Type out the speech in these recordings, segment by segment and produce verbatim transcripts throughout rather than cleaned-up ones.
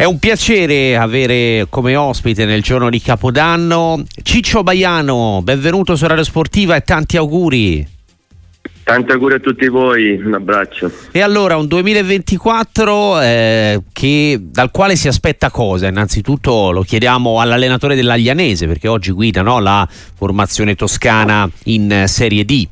È un piacere avere come ospite nel giorno di Capodanno Ciccio Baiano, benvenuto su Radio Sportiva e tanti auguri. Tanti auguri a tutti voi, un abbraccio. E allora un duemilaventiquattro eh, che, dal quale si aspetta cosa? Innanzitutto lo chiediamo all'allenatore dell'Aglianese, perché oggi guida, no, la formazione toscana in Serie D.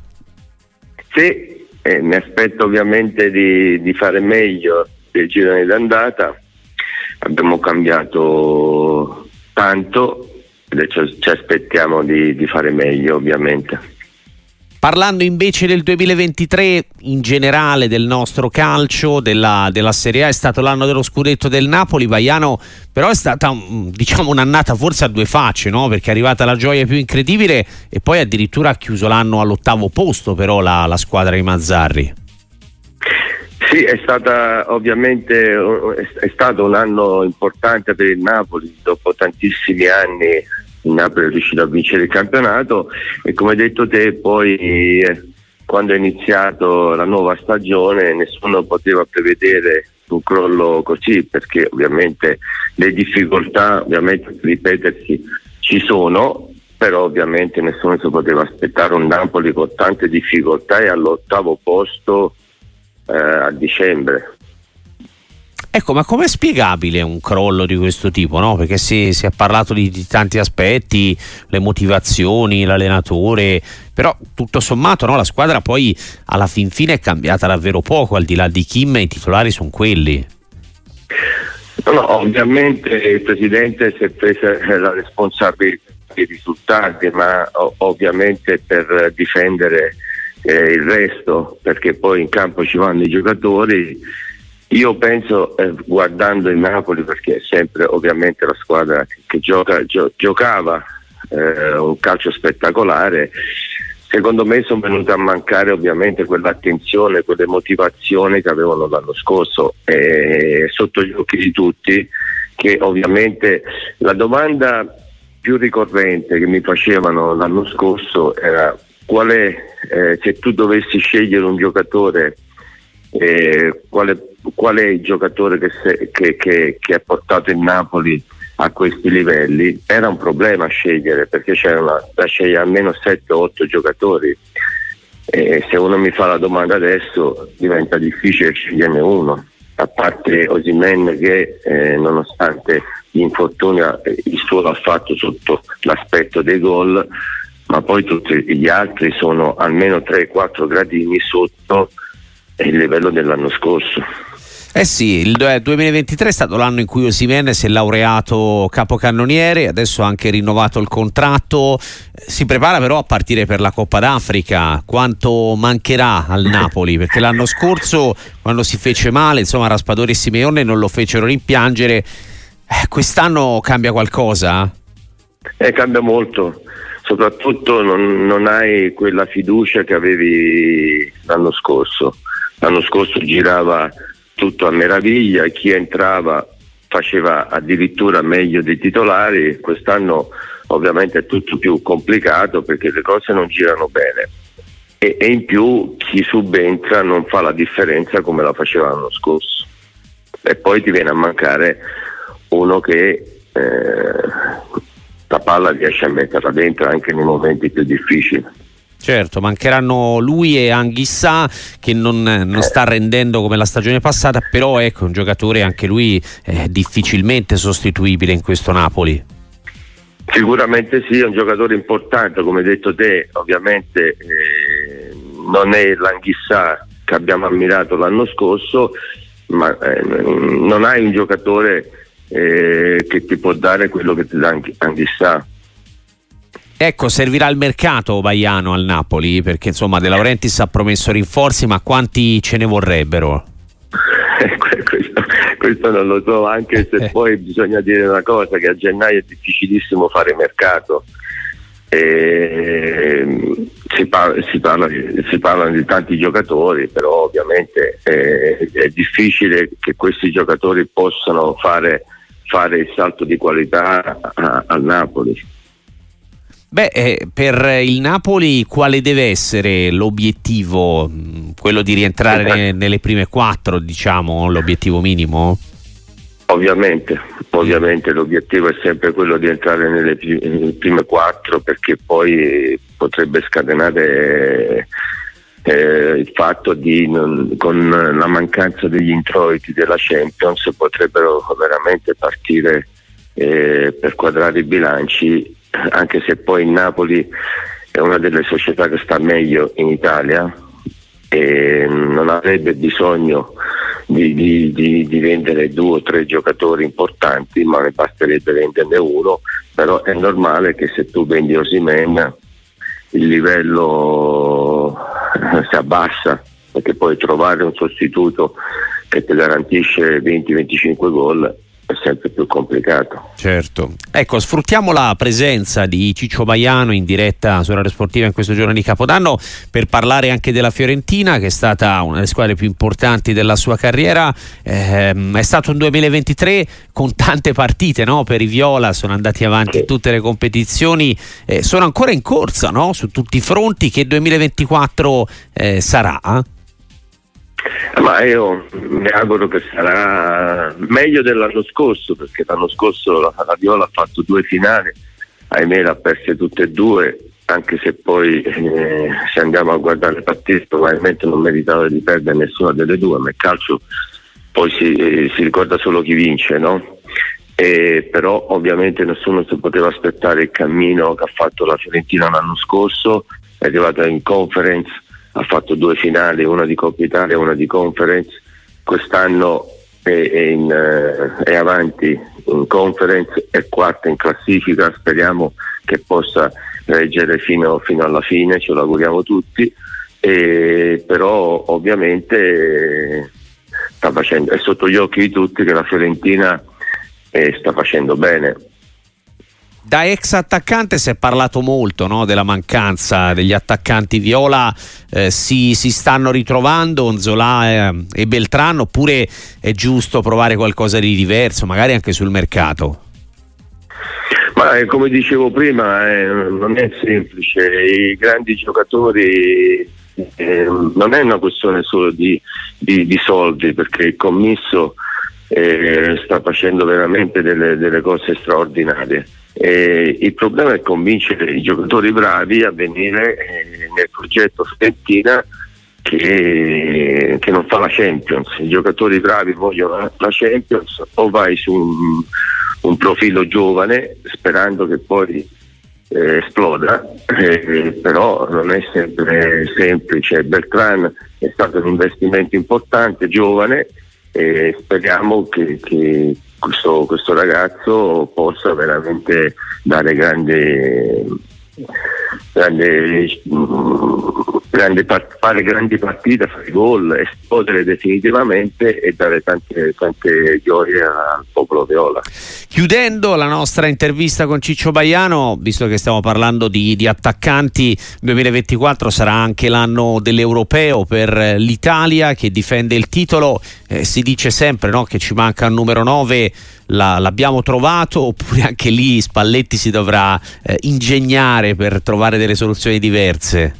Sì, eh, mi aspetto ovviamente di, di fare meglio del girone d'andata. Abbiamo cambiato tanto e adesso ci aspettiamo di, di fare meglio, ovviamente. Parlando invece del duemilaventitré in generale, del nostro calcio, della, della Serie A, è stato l'anno dello scudetto del Napoli. Baiano, però è stata, diciamo, un'annata forse a due facce, no? Perché è arrivata la gioia più incredibile e poi addirittura ha chiuso l'anno all'ottavo posto, però la, la squadra di Mazzarri. Sì, è stata ovviamente è stato un anno importante per il Napoli. Dopo tantissimi anni il Napoli è riuscito a vincere il campionato e, come hai detto te, poi eh, quando è iniziato la nuova stagione nessuno poteva prevedere un crollo così, perché ovviamente le difficoltà, ovviamente, ripetersi, ci sono, però ovviamente nessuno si poteva aspettare un Napoli con tante difficoltà e all'ottavo posto eh, a dicembre. Ecco, ma com'è spiegabile un crollo di questo tipo, no? Perché si, si è parlato di, di tanti aspetti, le motivazioni, l'allenatore, però tutto sommato, no, la squadra poi alla fin fine è cambiata davvero poco, al di là di Kim, i titolari sono quelli. No, no, ovviamente il presidente si è presa la responsabilità dei risultati, ma o- ovviamente per difendere eh, il resto, perché poi in campo ci vanno i giocatori. Io penso, eh, guardando il Napoli, perché è sempre ovviamente la squadra che gioca, gio- giocava eh, un calcio spettacolare, secondo me sono venute a mancare ovviamente quell'attenzione, quelle motivazioni che avevano l'anno scorso, eh, sotto gli occhi di tutti, che ovviamente la domanda più ricorrente che mi facevano l'anno scorso era qual è, eh, se tu dovessi scegliere un giocatore, eh, quale qual è il giocatore che, se, che, che, che ha portato il Napoli a questi livelli. Era un problema scegliere, perché c'erano da scegliere almeno sette otto giocatori, e se uno mi fa la domanda adesso diventa difficile sceglierne uno, a parte Osimhen che eh, nonostante gli infortuni il suo l'ha fatto sotto l'aspetto dei gol, ma poi tutti gli altri sono almeno tre quattro gradini sotto il livello dell'anno scorso. Eh sì, il duemilaventitré è stato l'anno in cui Osimhen si è laureato capocannoniere, adesso ha anche rinnovato il contratto, si prepara però a partire per la Coppa d'Africa. Quanto mancherà al Napoli? Perché l'anno scorso, quando si fece male, insomma, Raspadori e Simeone non lo fecero rimpiangere. Eh, quest'anno cambia qualcosa? Eh, cambia molto, soprattutto non, non hai quella fiducia che avevi l'anno scorso. L'anno scorso girava tutto a meraviglia, chi entrava faceva addirittura meglio dei titolari. Quest'anno ovviamente è tutto più complicato perché le cose non girano bene e, e in più chi subentra non fa la differenza come la faceva l'anno scorso, e poi ti viene a mancare uno che eh, la palla riesce a metterla dentro anche nei momenti più difficili. Certo, mancheranno lui e Anghissà, che non, non sta rendendo come la stagione passata, però ecco, un giocatore anche lui eh, difficilmente sostituibile in questo Napoli. Sicuramente sì, è un giocatore importante, come hai detto te, ovviamente eh, non è l'Anghissà che abbiamo ammirato l'anno scorso, ma eh, non hai un giocatore eh, che ti può dare quello che ti dà Anghissà. Ecco, servirà il mercato Baiano al Napoli, perché insomma De Laurentiis ha promesso rinforzi, ma quanti ce ne vorrebbero? questo, questo non lo so, anche se poi bisogna dire una cosa, che a gennaio è difficilissimo fare mercato. E si, parla, si, parla, si parlano di tanti giocatori, però ovviamente è, è difficile che questi giocatori possano fare, fare il salto di qualità a, al Napoli. Beh, eh, per il Napoli quale deve essere l'obiettivo? Quello di rientrare ne, nelle prime quattro, diciamo, l'obiettivo minimo? Ovviamente, ovviamente l'obiettivo è sempre quello di entrare nelle prime quattro, perché poi potrebbe scatenare eh, il fatto di non, con la mancanza degli introiti della Champions potrebbero veramente partire eh, per quadrare i bilanci, anche se poi il Napoli è una delle società che sta meglio in Italia e non avrebbe bisogno Di, di, di, di vendere due o tre giocatori importanti, ma ne basterebbe venderne uno. Però è normale che se tu vendi Osimhen il livello si abbassa, perché poi trovare un sostituto che ti garantisce venti venticinque gol è sempre più complicato. Certo. Ecco, sfruttiamo la presenza di Ciccio Baiano in diretta su Radio Sportiva in questo giorno di Capodanno per parlare anche della Fiorentina, che è stata una delle squadre più importanti della sua carriera. Eh, è stato un duemilaventitré con tante partite, no? Per i viola sono andati avanti in tutte le competizioni, eh, sono ancora in corsa, no? Su tutti i fronti. Che duemilaventiquattro eh, sarà? Ma io mi auguro che sarà meglio dell'anno scorso, perché l'anno scorso la, la Viola ha fatto due finali, ahimè l'ha perse tutte e due, anche se poi eh, se andiamo a guardare le partite probabilmente non meritava di perdere nessuna delle due, ma il calcio poi si, eh, si ricorda solo chi vince, no? E però ovviamente nessuno si poteva aspettare il cammino che ha fatto la Fiorentina l'anno scorso, è arrivata in Conference, ha fatto due finali, una di Coppa Italia e una di Conference. Quest'anno è, è, in, uh, è avanti in Conference, è quarta in classifica, speriamo che possa reggere fino, fino alla fine, ce lo auguriamo tutti, e, però ovviamente sta facendo, è sotto gli occhi di tutti che la Fiorentina eh, sta facendo bene. Da ex attaccante si è parlato molto, no, della mancanza degli attaccanti viola, eh, si, si stanno ritrovando Nzola eh, e Beltrán, oppure è giusto provare qualcosa di diverso, magari anche sul mercato? Ma eh, come dicevo prima, eh, non è semplice, i grandi giocatori eh, non è una questione solo di, di, di soldi, perché il commisso eh, sta facendo veramente delle, delle cose straordinarie. Eh, il problema è convincere i giocatori bravi a venire eh, nel progetto Fiorentina che, che non fa la Champions. I giocatori bravi vogliono la Champions, o vai su un, un profilo giovane sperando che poi eh, esploda, eh, però non è sempre semplice. Beltrán è stato un investimento importante, giovane, e speriamo che, che questo, questo ragazzo possa veramente dare grande, grande, grande fare grandi partite, fare gol, esplodere definitivamente e dare tante, tante gioie al popolo viola. Chiudendo la nostra intervista con Ciccio Baiano, visto che stiamo parlando di, di attaccanti, duemilaventiquattro sarà anche l'anno dell'Europeo per l'Italia che difende il titolo. Eh, si dice sempre, no, che ci manca il numero nove, la, l'abbiamo trovato, oppure anche lì Spalletti si dovrà eh, ingegnare per trovare delle soluzioni diverse?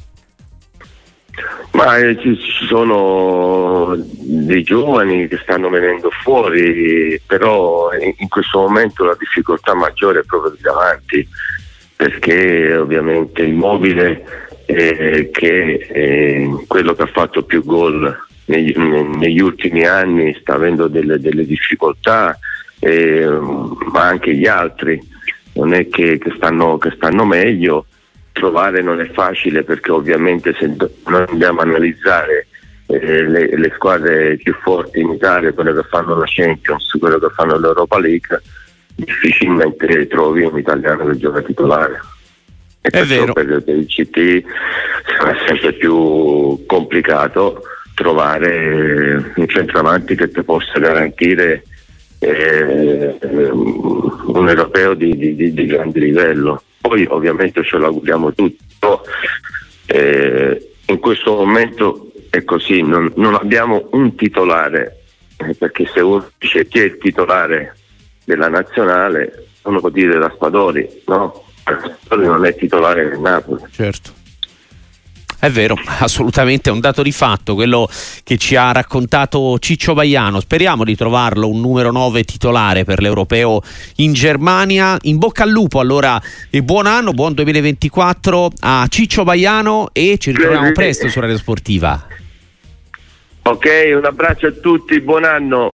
Ma eh, ci, ci sono dei giovani che stanno venendo fuori, però in, in questo momento la difficoltà maggiore è proprio di davanti, perché ovviamente Immobile eh, che è quello che ha fatto più gol negli, negli ultimi anni sta avendo delle, delle difficoltà, eh, ma anche gli altri non è che, che, stanno, che stanno meglio. Trovare non è facile, perché ovviamente se noi andiamo a analizzare eh, le, le squadre più forti in Italia, quelle che fanno la Champions, quelle che fanno l'Europa League, difficilmente trovi un italiano che gioca titolare. E è vero. Per, per il C T sarà sempre più complicato trovare un centravanti che ti possa garantire eh, un europeo di, di, di, di grande livello. Poi ovviamente ce l'auguriamo tutti, no? eh, in questo momento è così, non, non abbiamo un titolare, eh, perché se uno dice chi è il titolare della nazionale, uno può dire Raspadori, no? Raspadori non è titolare del Napoli. Certo. È vero, assolutamente è un dato di fatto quello che ci ha raccontato Ciccio Baiano. Speriamo di trovarlo un numero nove titolare per l'Europeo in Germania. In bocca al lupo allora e buon anno, buon duemilaventiquattro a Ciccio Baiano e ci ritroviamo presto su Radio Sportiva. Ok, un abbraccio a tutti, buon anno.